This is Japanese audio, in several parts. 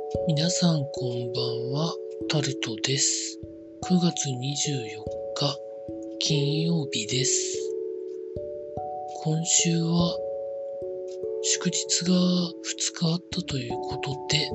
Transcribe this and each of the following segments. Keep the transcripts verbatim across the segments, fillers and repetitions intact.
皆さんこんばんは、タルトです。くがつにじゅうよっか金曜日です。今週は祝日がふつかあったということで、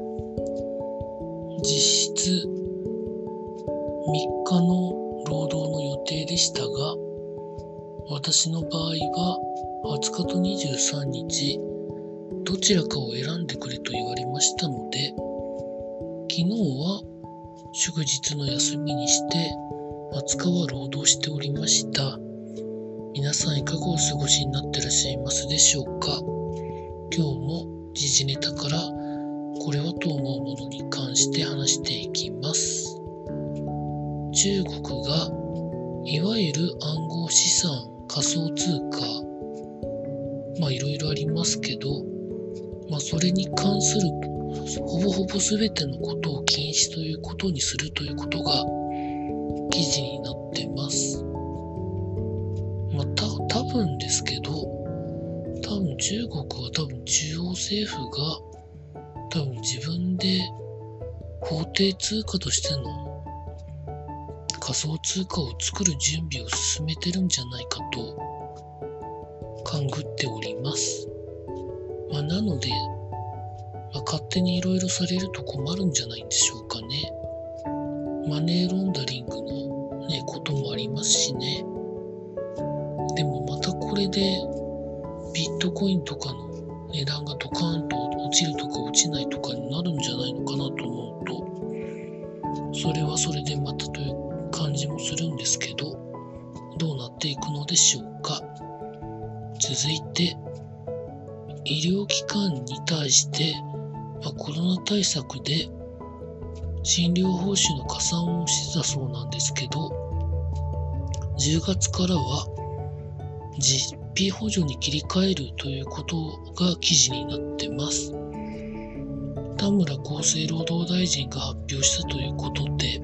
実質みっかの労働の予定でしたが、私の場合ははつかとにじゅうさんにちどちらかを選んでくれと言われましたので、昨日は祝日の休みにしてはつかは労働しておりました。皆さんいかがお過ごしになってらっしゃいますでしょうか。今日も時事ネタからこれはと思うものに関して話していきます。中国がいわゆる暗号資産、仮想通貨、まあいろいろありますけど、まあそれに関するほぼほぼ全てのことを禁止ということにするということが記事になってます。まあた多分ですけど、多分中国は多分中央政府が多分自分で法定通貨としての仮想通貨を作る準備を進めてるんじゃないかと勘ぐっております。まあ、なので、まあ、勝手にいろいろされると困るんじゃないんでしょうかね。マネーロンダリングのね、こともありますしね。でもまたこれでビットコインとかの値段がドカーンと落ちるとか落ちないとかになるんじゃないのかなと思うと、それはそれでまたという感じもするんですけど、どうなっていくのでしょうか。続いて、医療機関に対して、まあ、コロナ対策で診療報酬の加算をしてたそうなんですけど、じゅうがつからは実費補助に切り替えるということが記事になってます。田村厚生労働大臣が発表したということで、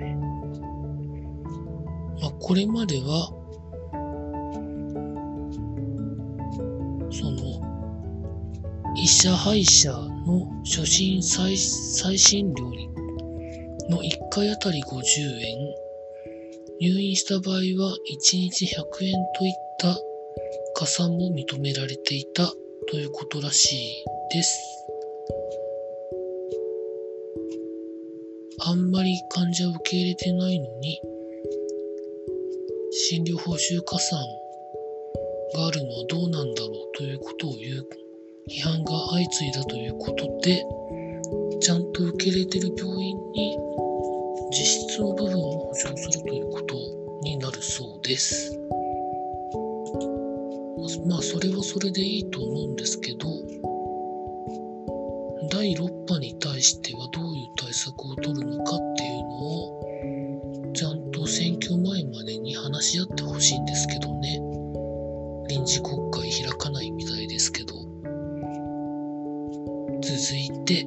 まあ、これまではその医者歯医者の初診再再診料のいっかいあたりごじゅうえん、入院した場合はいちにちひゃくえんといった加算も認められていたということらしいです。あんまり患者を受け入れてないのに診療報酬加算があるのはどうなんだろうということを言う批判が相次いだということで、ちゃんと受け入れている病院に実質の部分を保証するということになるそうです。まあそれはそれでいいと思うんですけど、だいろっぱに対してはどういう対策を取るのかっていうのをちゃんと選挙前までに話し合ってほしいんですけどね。臨時国会開かないみたいですけど。続いて、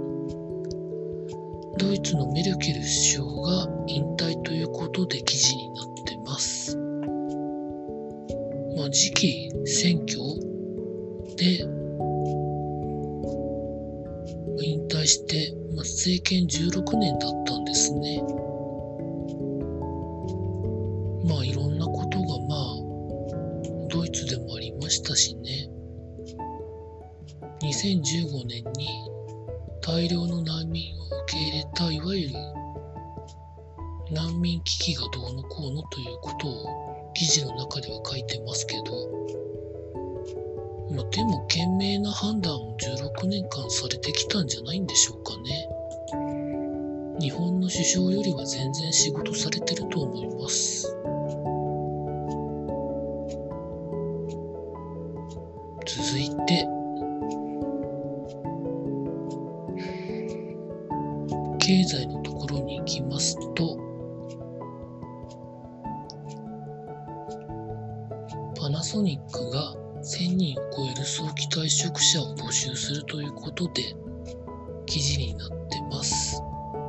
ドイツのメルケル首相が引退ということで記事になってます。まあ、次期選挙で引退して、まあ、政権じゅうろくねんだったんですね。まあいろんなことがまあドイツでもありましたしね。にせんじゅうごねんに大量の難民を受け入れたいわゆる難民危機がどうのこうのということを記事の中では書いてますけど、まあ、でも賢明な判断をじゅうろくねんかんされてきたんじゃないんでしょうかね。日本の首相よりは全然仕事されてると思います。続いて、経済のところに行きますと、パナソニックがせんにんを超える早期退職者を募集するということで記事になってます。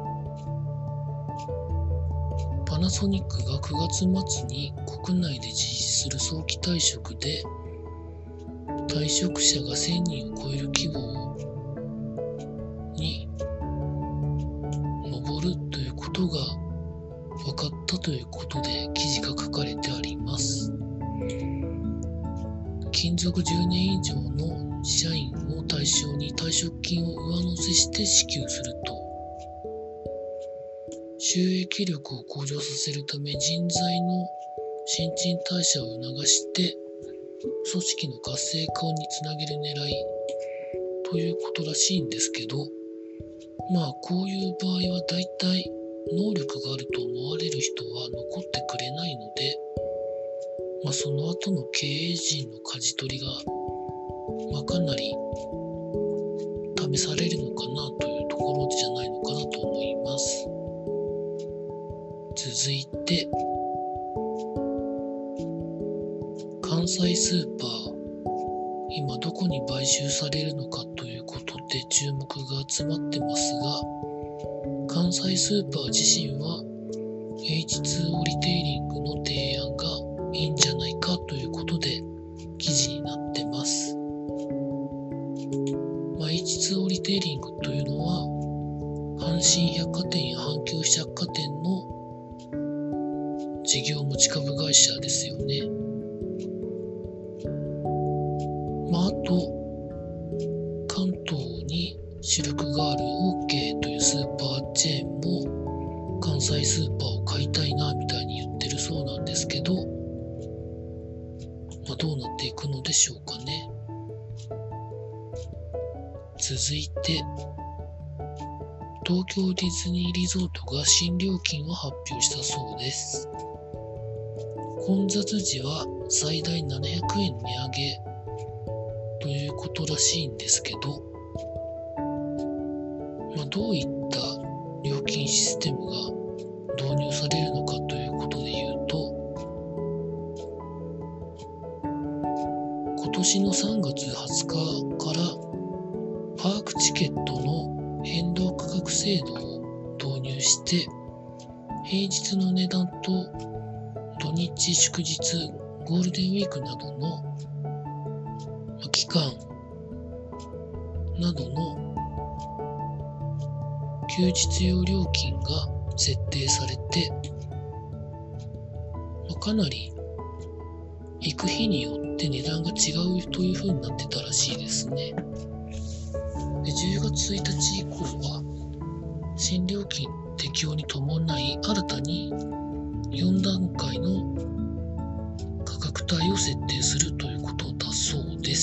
パナソニックがくがつまつに国内で実施する早期退職で退職者がせんにんを超える規模にことが分かったということで記事が書かれてあります。勤続じゅうねん以上の社員を対象に退職金を上乗せして支給すると、収益力を向上させるため人材の新陳代謝を促して組織の活性化につなげる狙いということらしいんですけど、まあこういう場合はだいたい能力があると思われる人は残ってくれないので、まあ、その後の経営陣の舵取りが、まあ、かなり試されるのかなというところじゃないのかなと思います。続いて、関西スーパー、今どこに買収されるのかということで注目が集まってますが、関西スーパー自身は エイチツー オリテイリングの提案がいいんじゃないかということで記事になってます。まあ、エイチツー オリテイリングというのは阪神百貨店や阪急百貨店の事業持ち株会社ですよね。まあ、あと関東に主力がある オーケー というスーパーチェーンも関西スーパーを買いたいなみたいに言ってるそうなんですけど、まあ、どうなっていくのでしょうかね。続いて、東京ディズニーリゾートが新料金を発表したそうです。混雑時は最大ななひゃくえん値上げということらしいんですけど、まあ、どういった料金システムが導入されるのかということで言うと、今年のさんがつはつかからパークチケットの変動価格制度を導入して、平日の値段と土日祝日ゴールデンウィークなどの期間などの休日用料金が設定されて、かなり行く日によって値段が違うという風になってたらしいですね。で、じゅうがつついたち以降は新料金適用に伴い新たによんだんかいの価格帯を設定するということだそうです。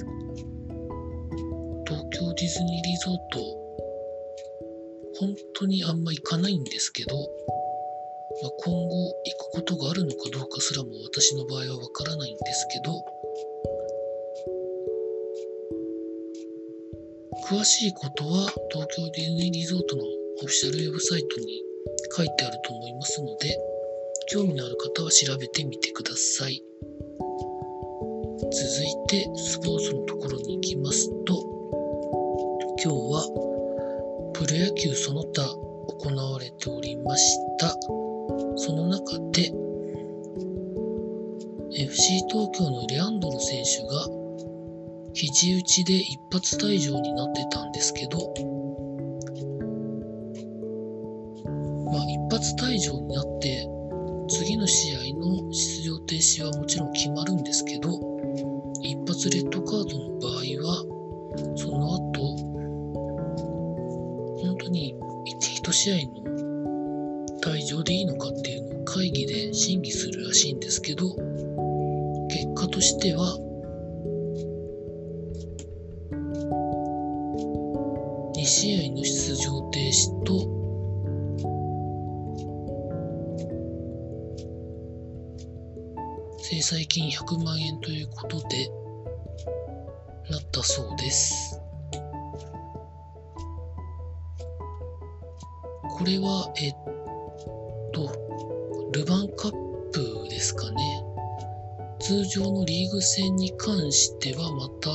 東京ディズニーリゾート、本当にあんま行かないんですけど、まあ、今後行くことがあるのかどうかすらも私の場合はわからないんですけど、詳しいことは東京ディズニーリゾートのオフィシャルウェブサイトに書いてあると思いますので、興味のある方は調べてみてください。続いてスポーツのところに行きますと、今日はプロ野球その他行われておりました。その中で エフシー 東京のレアンドロ選手が肘打ちで一発退場になってたんですけど、まあ一発退場になって次の試合の出場停止はもちろん決まるんですけど、一発レッドカードの場合はその後本当に一試合の退場でいいのかっていうのを会議で審議するらしいんですけど、結果としてはに試合の出場停止と制裁金ひゃくまんえんということでなったそうです。これはえっとルヴァンカップですかね。通常のリーグ戦に関してはまた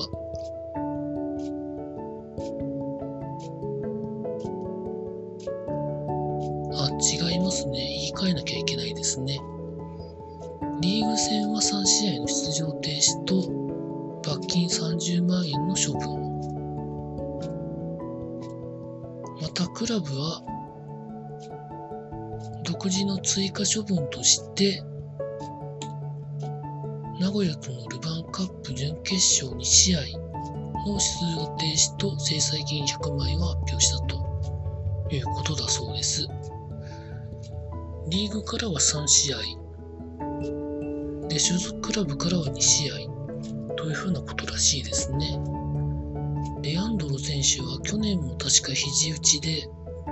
あ違いますね。言い換えなきゃいけないですね。リーグ戦はさん試合の出場停止と罰金さんじゅうまんえんの処分。またクラブは独自の追加処分として名古屋とのルヴァンカップ準決勝に試合の出場停止と制裁金ひゃくまんえんを発表したということだそうです。リーグからはさんしあいで、所属クラブからはにしあいというふうなことらしいですね。レアンドロ選手は去年も確か肘打ちで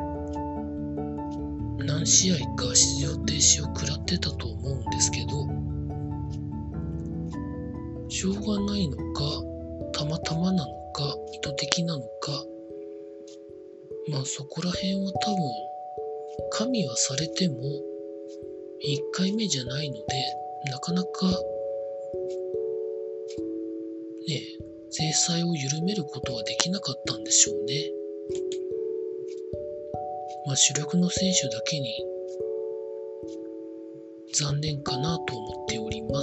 何試合か出場停止を食らってたと思うんですけど、しょうがないのか、たまたまなのか、意図的なのか、まあそこら辺は多分加味はされてもいっかいめじゃないので、なかなかね、制裁を緩めることはできなかったんでしょうね。まあ主力の選手だけに残念かなと思っております。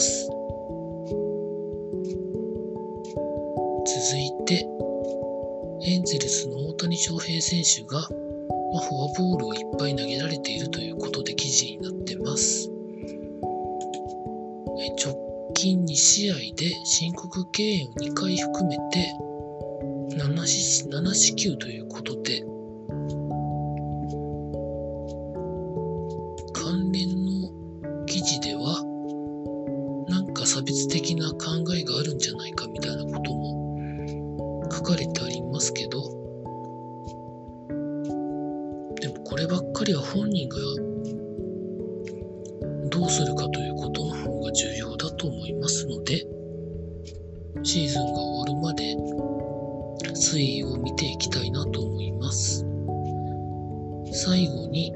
続いて、エンゼルスの大谷翔平選手が、まあ、フォアボールをいっぱい投げられているということで記事になってます。直近にしあいで申告敬遠をにかい含めて 7, 四7四球ということで、関連の記事ではなんか差別的な考えがあるんじゃないかみたいなことも書かれてありますけど、でもこればっかりは本人がどうするかということの方が重要だと思いますので、シーズンが終わるまで推移を見ていきたいなと思います。最後に、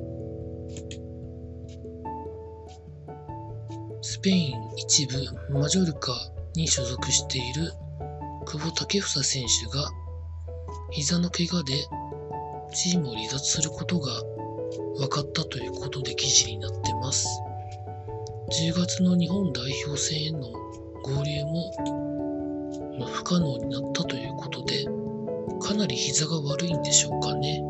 スペイン一部マジョルカに所属している久保建英選手が膝の怪我でチームを離脱することが分かったということで記事になってます。じゅうがつの日本代表戦への合流も、まあ、不可能になったということで、かなり膝が悪いんでしょうかね。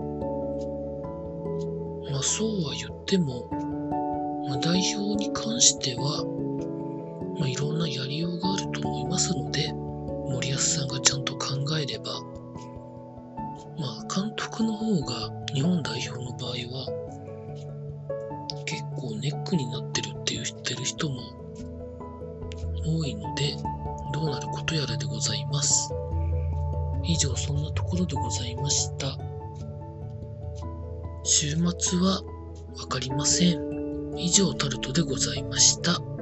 まあそうは言っても、まあ、代表に関しては、まあ、いろんなやりようがあると思いますので、森保さんがちゃんと考えれば、まあ監督の方が日本代表の場合は結構ネックになってるって言ってる人も多いので、どうなることやらでございます。以上、そんなところでございました。週末はわかりません。以上タルトでございました。